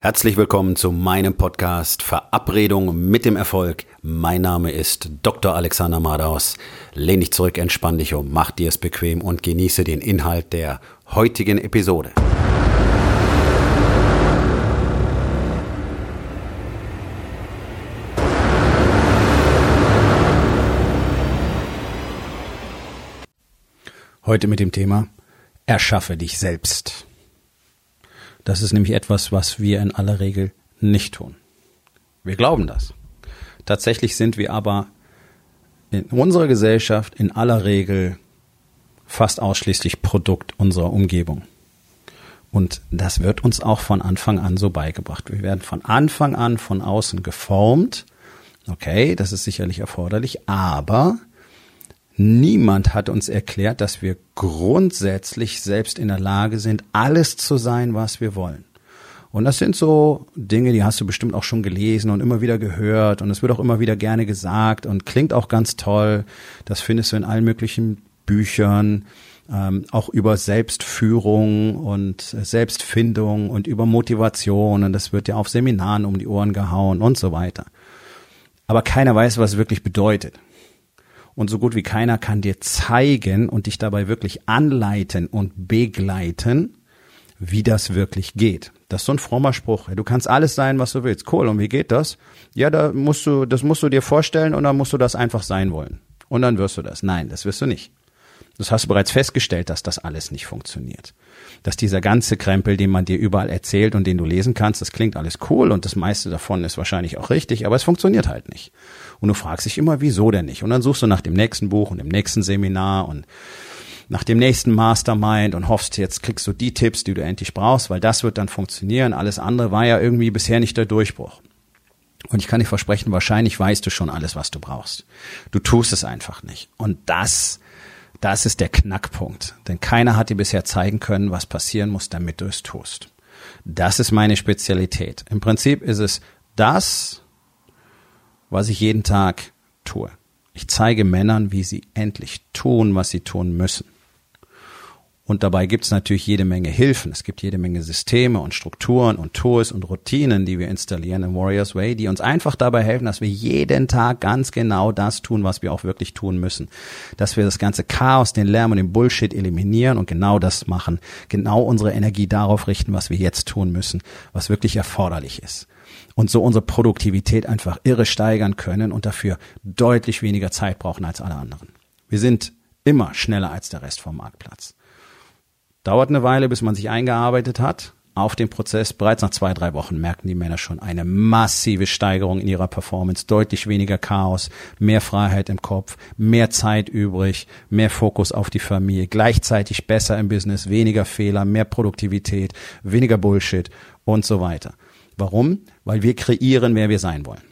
Herzlich willkommen zu meinem Podcast Verabredung mit dem Erfolg. Mein Name ist Dr. Alexander Madaus. Lehn dich zurück, entspann dich um, mach dir es bequem und genieße den Inhalt der heutigen Episode. Heute mit dem Thema Erschaffe dich selbst. Das ist nämlich etwas, was wir in aller Regel nicht tun. Wir glauben das. Tatsächlich sind wir aber in unserer Gesellschaft in aller Regel fast ausschließlich Produkt unserer Umgebung. Und das wird uns auch von Anfang an so beigebracht. Wir werden von Anfang an von außen geformt. Okay, das ist sicherlich erforderlich, aber niemand hat uns erklärt, dass wir grundsätzlich selbst in der Lage sind, alles zu sein, was wir wollen. Und das sind so Dinge, die hast du bestimmt auch schon gelesen und immer wieder gehört und es wird auch immer wieder gerne gesagt und klingt auch ganz toll. Das findest du in allen möglichen Büchern, auch über Selbstführung und Selbstfindung und über Motivation und das wird ja auf Seminaren um die Ohren gehauen und so weiter. Aber keiner weiß, was es wirklich bedeutet. Und so gut wie keiner kann dir zeigen und dich dabei wirklich anleiten und begleiten, wie das wirklich geht. Das ist so ein frommer Spruch. Du kannst alles sein, was du willst. Cool, und wie geht das? Ja, das musst du dir vorstellen und dann musst du das einfach sein wollen. Und dann wirst du das. Nein, das wirst du nicht. Das hast du bereits festgestellt, dass das alles nicht funktioniert. Dass dieser ganze Krempel, den man dir überall erzählt und den du lesen kannst, das klingt alles cool und das meiste davon ist wahrscheinlich auch richtig, aber es funktioniert halt nicht. Und du fragst dich immer, wieso denn nicht? Und dann suchst du nach dem nächsten Buch und dem nächsten Seminar und nach dem nächsten Mastermind und hoffst, jetzt kriegst du die Tipps, die du endlich brauchst, weil das wird dann funktionieren. Alles andere war ja irgendwie bisher nicht der Durchbruch. Und ich kann dir versprechen, wahrscheinlich weißt du schon alles, was du brauchst. Du tust es einfach nicht. Und das ist der Knackpunkt. Denn keiner hat dir bisher zeigen können, was passieren muss, damit du es tust. Das ist meine Spezialität. Im Prinzip ist es das, was ich jeden Tag tue. Ich zeige Männern, wie sie endlich tun, was sie tun müssen. Und dabei gibt es natürlich jede Menge Hilfen. Es gibt jede Menge Systeme und Strukturen und Tools und Routinen, die wir installieren im Warriors Way, die uns einfach dabei helfen, dass wir jeden Tag ganz genau das tun, was wir auch wirklich tun müssen. Dass wir das ganze Chaos, den Lärm und den Bullshit eliminieren und genau das machen. Genau unsere Energie darauf richten, was wir jetzt tun müssen, was wirklich erforderlich ist. Und so unsere Produktivität einfach irre steigern können und dafür deutlich weniger Zeit brauchen als alle anderen. Wir sind immer schneller als der Rest vom Marktplatz. Dauert eine Weile, bis man sich eingearbeitet hat auf den Prozess. Bereits nach 2-3 Wochen merken die Männer schon eine massive Steigerung in ihrer Performance, deutlich weniger Chaos, mehr Freiheit im Kopf, mehr Zeit übrig, mehr Fokus auf die Familie, gleichzeitig besser im Business, weniger Fehler, mehr Produktivität, weniger Bullshit und so weiter. Warum? Weil wir kreieren, wer wir sein wollen.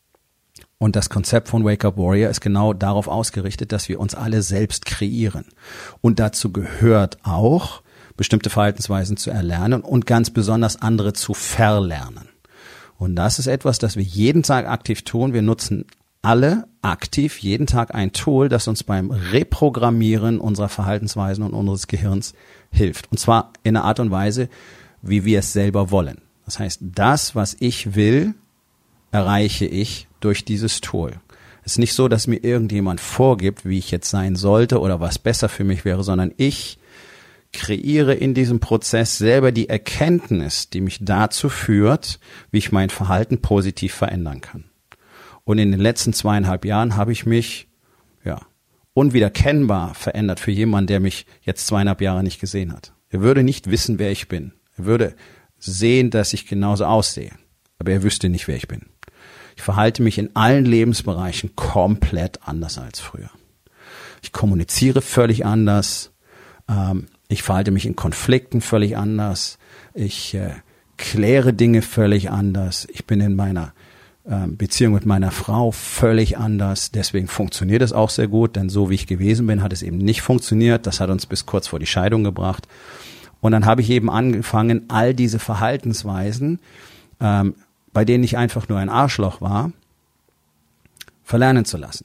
Und das Konzept von Wake Up Warrior ist genau darauf ausgerichtet, dass wir uns alle selbst kreieren. Und dazu gehört auch, bestimmte Verhaltensweisen zu erlernen und ganz besonders andere zu verlernen. Und das ist etwas, das wir jeden Tag aktiv tun. Wir nutzen alle aktiv jeden Tag ein Tool, das uns beim Reprogrammieren unserer Verhaltensweisen und unseres Gehirns hilft. Und zwar in einer Art und Weise, wie wir es selber wollen. Das heißt, das, was ich will, erreiche ich durch dieses Tool. Es ist nicht so, dass mir irgendjemand vorgibt, wie ich jetzt sein sollte oder was besser für mich wäre, sondern ich kreiere in diesem Prozess selber die Erkenntnis, die mich dazu führt, wie ich mein Verhalten positiv verändern kann. Und in den letzten 2,5 Jahren habe ich mich unwiedererkennbar verändert für jemanden, der mich jetzt 2,5 Jahre nicht gesehen hat. Er würde nicht wissen, wer ich bin. Er würde sehen, dass ich genauso aussehe. Aber er wüsste nicht, wer ich bin. Ich verhalte mich in allen Lebensbereichen komplett anders als früher. Ich kommuniziere völlig anders. Ich verhalte mich in Konflikten völlig anders. Ich kläre Dinge völlig anders. Ich bin in meiner Beziehung mit meiner Frau völlig anders. Deswegen funktioniert es auch sehr gut, denn so wie ich gewesen bin, hat es eben nicht funktioniert. Das hat uns bis kurz vor die Scheidung gebracht. Und dann habe ich eben angefangen, all diese Verhaltensweisen, bei denen ich einfach nur ein Arschloch war, verlernen zu lassen.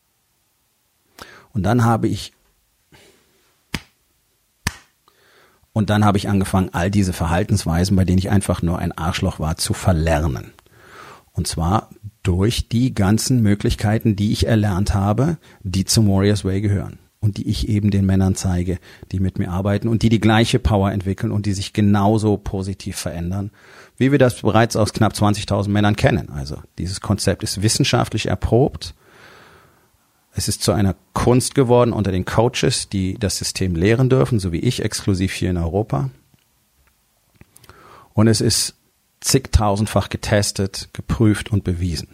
Und dann habe ich Und dann habe ich angefangen, all diese Verhaltensweisen, bei denen ich einfach nur ein Arschloch war, zu verlernen. Und zwar durch die ganzen Möglichkeiten, die ich erlernt habe, die zum Warriors Way gehören. Und die ich eben den Männern zeige, die mit mir arbeiten und die gleiche Power entwickeln und die sich genauso positiv verändern, wie wir das bereits aus knapp 20.000 Männern kennen. Also dieses Konzept ist wissenschaftlich erprobt. Es ist zu einer Kunst geworden unter den Coaches, die das System lehren dürfen, so wie ich, exklusiv hier in Europa. Und es ist zigtausendfach getestet, geprüft und bewiesen.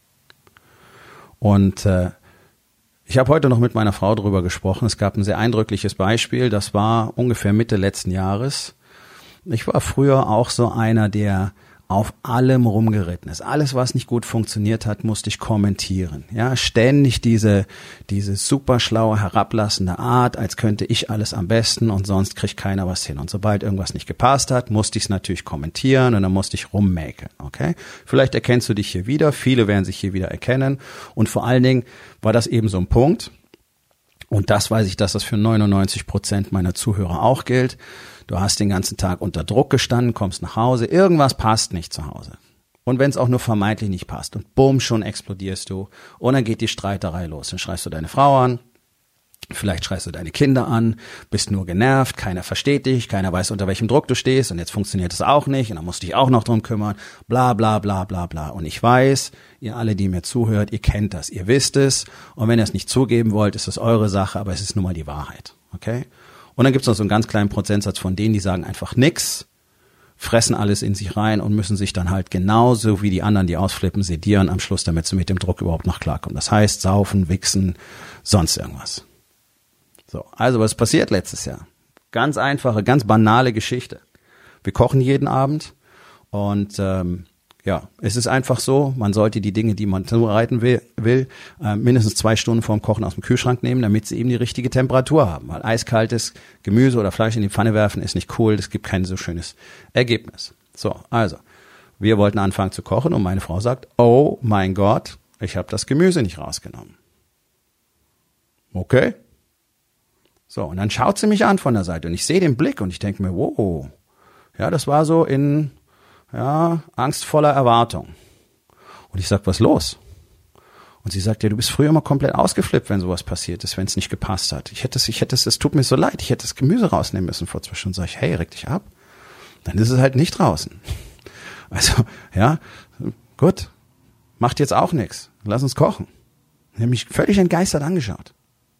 Und ich habe heute noch mit meiner Frau darüber gesprochen. Es gab ein sehr eindrückliches Beispiel. Das war ungefähr Mitte letzten Jahres. Ich war früher auch so einer, der auf allem rumgeritten ist. Alles, was nicht gut funktioniert hat, musste ich kommentieren. Ja, ständig diese super schlaue, herablassende Art, als könnte ich alles am besten und sonst kriegt keiner was hin. Und sobald irgendwas nicht gepasst hat, musste ich es natürlich kommentieren und dann musste ich rummäkeln. Okay? Vielleicht erkennst du dich hier wieder. Viele werden sich hier wieder erkennen. Und vor allen Dingen war das eben so ein Punkt. Und das weiß ich, dass das für 99% meiner Zuhörer auch gilt. Du hast den ganzen Tag unter Druck gestanden, kommst nach Hause, irgendwas passt nicht zu Hause. Und wenn es auch nur vermeintlich nicht passt und bumm, schon explodierst du und dann geht die Streiterei los. Dann schreist du deine Frau an, vielleicht schreist du deine Kinder an, bist nur genervt, keiner versteht dich, keiner weiß, unter welchem Druck du stehst und jetzt funktioniert es auch nicht und dann musst du dich auch noch drum kümmern, bla bla bla bla bla. Und ich weiß, ihr alle, die mir zuhört, ihr kennt das, ihr wisst es und wenn ihr es nicht zugeben wollt, ist das eure Sache, aber es ist nun mal die Wahrheit, okay? Und dann gibt es noch so einen ganz kleinen Prozentsatz von denen, die sagen einfach nix, fressen alles in sich rein und müssen sich dann halt genauso wie die anderen, die ausflippen, sedieren am Schluss, damit sie mit dem Druck überhaupt noch klarkommen. Das heißt, saufen, wichsen, sonst irgendwas. So, also was passiert letztes Jahr? Ganz einfache, ganz banale Geschichte. Wir kochen jeden Abend und ja, es ist einfach so, man sollte die Dinge, die man zubereiten will, mindestens 2 Stunden vorm Kochen aus dem Kühlschrank nehmen, damit sie eben die richtige Temperatur haben. Weil eiskaltes Gemüse oder Fleisch in die Pfanne werfen ist nicht cool, das gibt kein so schönes Ergebnis. So, also, wir wollten anfangen zu kochen und meine Frau sagt, oh mein Gott, ich habe das Gemüse nicht rausgenommen. Okay. So, und dann schaut sie mich an von der Seite und ich sehe den Blick und ich denke mir, wow, ja, das war so in angstvoller Erwartung. Und ich sag, was los? Und sie sagt, ja, du bist früher immer komplett ausgeflippt, wenn sowas passiert ist, wenn es nicht gepasst hat. Es tut mir so leid, ich hätte das Gemüse rausnehmen müssen vor 2 Stunden. Sag ich, hey, reg dich ab. Dann ist es halt nicht draußen. Also, ja, gut, macht jetzt auch nichts. Lass uns kochen. Ich habe mich völlig entgeistert angeschaut.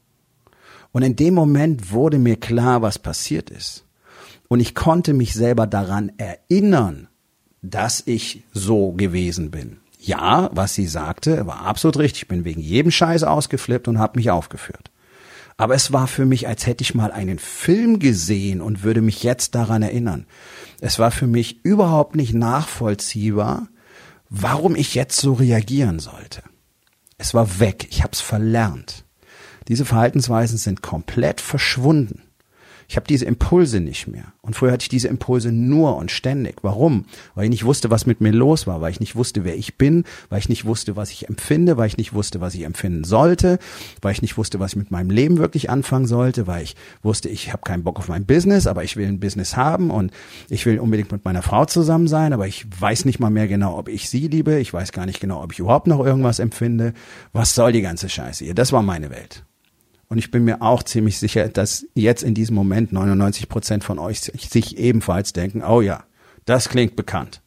Und in dem Moment wurde mir klar, was passiert ist. Und ich konnte mich selber daran erinnern, dass ich so gewesen bin. Ja, was sie sagte, war absolut richtig. Ich bin wegen jedem Scheiß ausgeflippt und habe mich aufgeführt. Aber es war für mich, als hätte ich mal einen Film gesehen und würde mich jetzt daran erinnern. Es war für mich überhaupt nicht nachvollziehbar, warum ich jetzt so reagieren sollte. Es war weg. Ich habe es verlernt. Diese Verhaltensweisen sind komplett verschwunden. Ich habe diese Impulse nicht mehr. Und früher hatte ich diese Impulse nur und ständig. Warum? Weil ich nicht wusste, was mit mir los war, weil ich nicht wusste, wer ich bin, weil ich nicht wusste, was ich empfinde, weil ich nicht wusste, was ich empfinden sollte, weil ich nicht wusste, was ich mit meinem Leben wirklich anfangen sollte, weil ich wusste, ich habe keinen Bock auf mein Business, aber ich will ein Business haben und ich will unbedingt mit meiner Frau zusammen sein, aber ich weiß nicht mal mehr genau, ob ich sie liebe, ich weiß gar nicht genau, ob ich überhaupt noch irgendwas empfinde. Was soll die ganze Scheiße hier? Das war meine Welt. Und ich bin mir auch ziemlich sicher, dass jetzt in diesem Moment 99% von euch sich ebenfalls denken, oh ja, das klingt bekannt.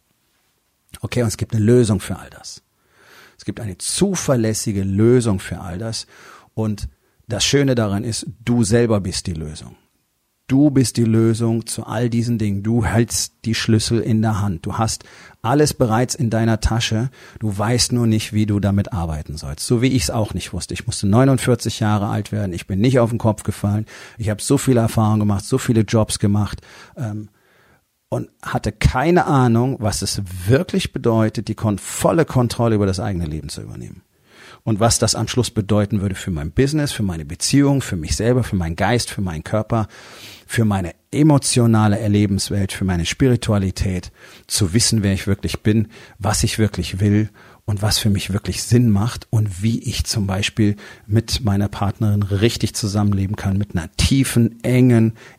Okay, und es gibt eine Lösung für all das. Es gibt eine zuverlässige Lösung für all das. Und das Schöne daran ist, du selber bist die Lösung. Du bist die Lösung zu all diesen Dingen. Du hältst die Schlüssel in der Hand. Du hast alles bereits in deiner Tasche. Du weißt nur nicht, wie du damit arbeiten sollst. So wie ich es auch nicht wusste. Ich musste 49 Jahre alt werden. Ich bin nicht auf den Kopf gefallen. Ich habe so viele Erfahrungen gemacht, so viele Jobs gemacht und hatte keine Ahnung, was es wirklich bedeutet, die volle Kontrolle über das eigene Leben zu übernehmen. Und was das am Schluss bedeuten würde für mein Business, für meine Beziehung, für mich selber, für meinen Geist, für meinen Körper, für meine emotionale Erlebenswelt, für meine Spiritualität, zu wissen, wer ich wirklich bin, was ich wirklich will und was für mich wirklich Sinn macht und wie ich zum Beispiel mit meiner Partnerin richtig zusammenleben kann, mit einer tiefen, engen,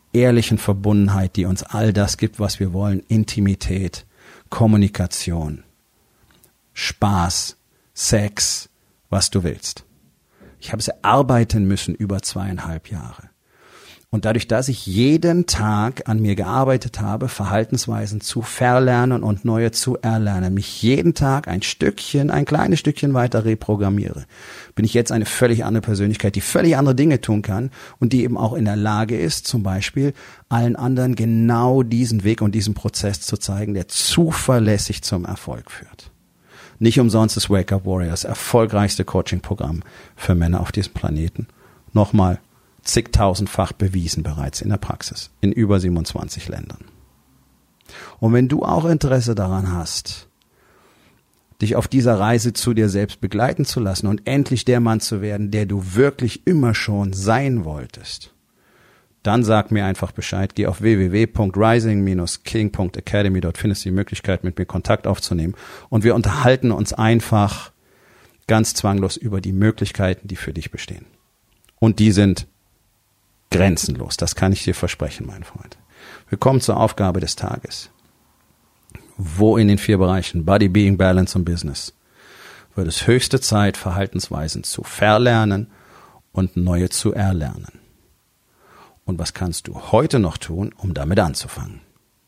ehrlichen Verbundenheit, die uns all das gibt, was wir wollen. Intimität, Kommunikation, Spaß, Sex, was du willst. Ich habe es erarbeiten müssen über 2,5 Jahre. Und dadurch, dass ich jeden Tag an mir gearbeitet habe, Verhaltensweisen zu verlernen und neue zu erlernen, mich jeden Tag ein kleines Stückchen weiter reprogrammiere, bin ich jetzt eine völlig andere Persönlichkeit, die völlig andere Dinge tun kann und die eben auch in der Lage ist, zum Beispiel allen anderen genau diesen Weg und diesen Prozess zu zeigen, der zuverlässig zum Erfolg führt. Nicht umsonst ist Wake Up Warriors erfolgreichste Coaching-Programm für Männer auf diesem Planeten. Nochmal zigtausendfach bewiesen bereits in der Praxis, in über 27 Ländern. Und wenn du auch Interesse daran hast, dich auf dieser Reise zu dir selbst begleiten zu lassen und endlich der Mann zu werden, der du wirklich immer schon sein wolltest, dann sag mir einfach Bescheid. Geh auf www.rising-king.academy. Dort findest du die Möglichkeit, mit mir Kontakt aufzunehmen. Und wir unterhalten uns einfach ganz zwanglos über die Möglichkeiten, die für dich bestehen. Und die sind grenzenlos. Das kann ich dir versprechen, mein Freund. Wir kommen zur Aufgabe des Tages. Wo in den 4 Bereichen Body, Being, Balance und Business wird es höchste Zeit, Verhaltensweisen zu verlernen und neue zu erlernen. Und was kannst du heute noch tun, um damit anzufangen?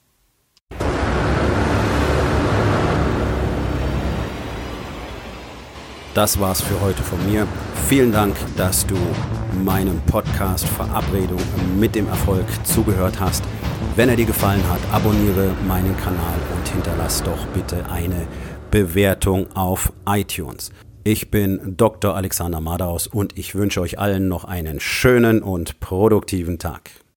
Das war's für heute von mir. Vielen Dank, dass du meinem Podcast Verabredung mit dem Erfolg zugehört hast. Wenn er dir gefallen hat, abonniere meinen Kanal und hinterlass doch bitte eine Bewertung auf iTunes. Ich bin Dr. Alexander Madaus und ich wünsche euch allen noch einen schönen und produktiven Tag.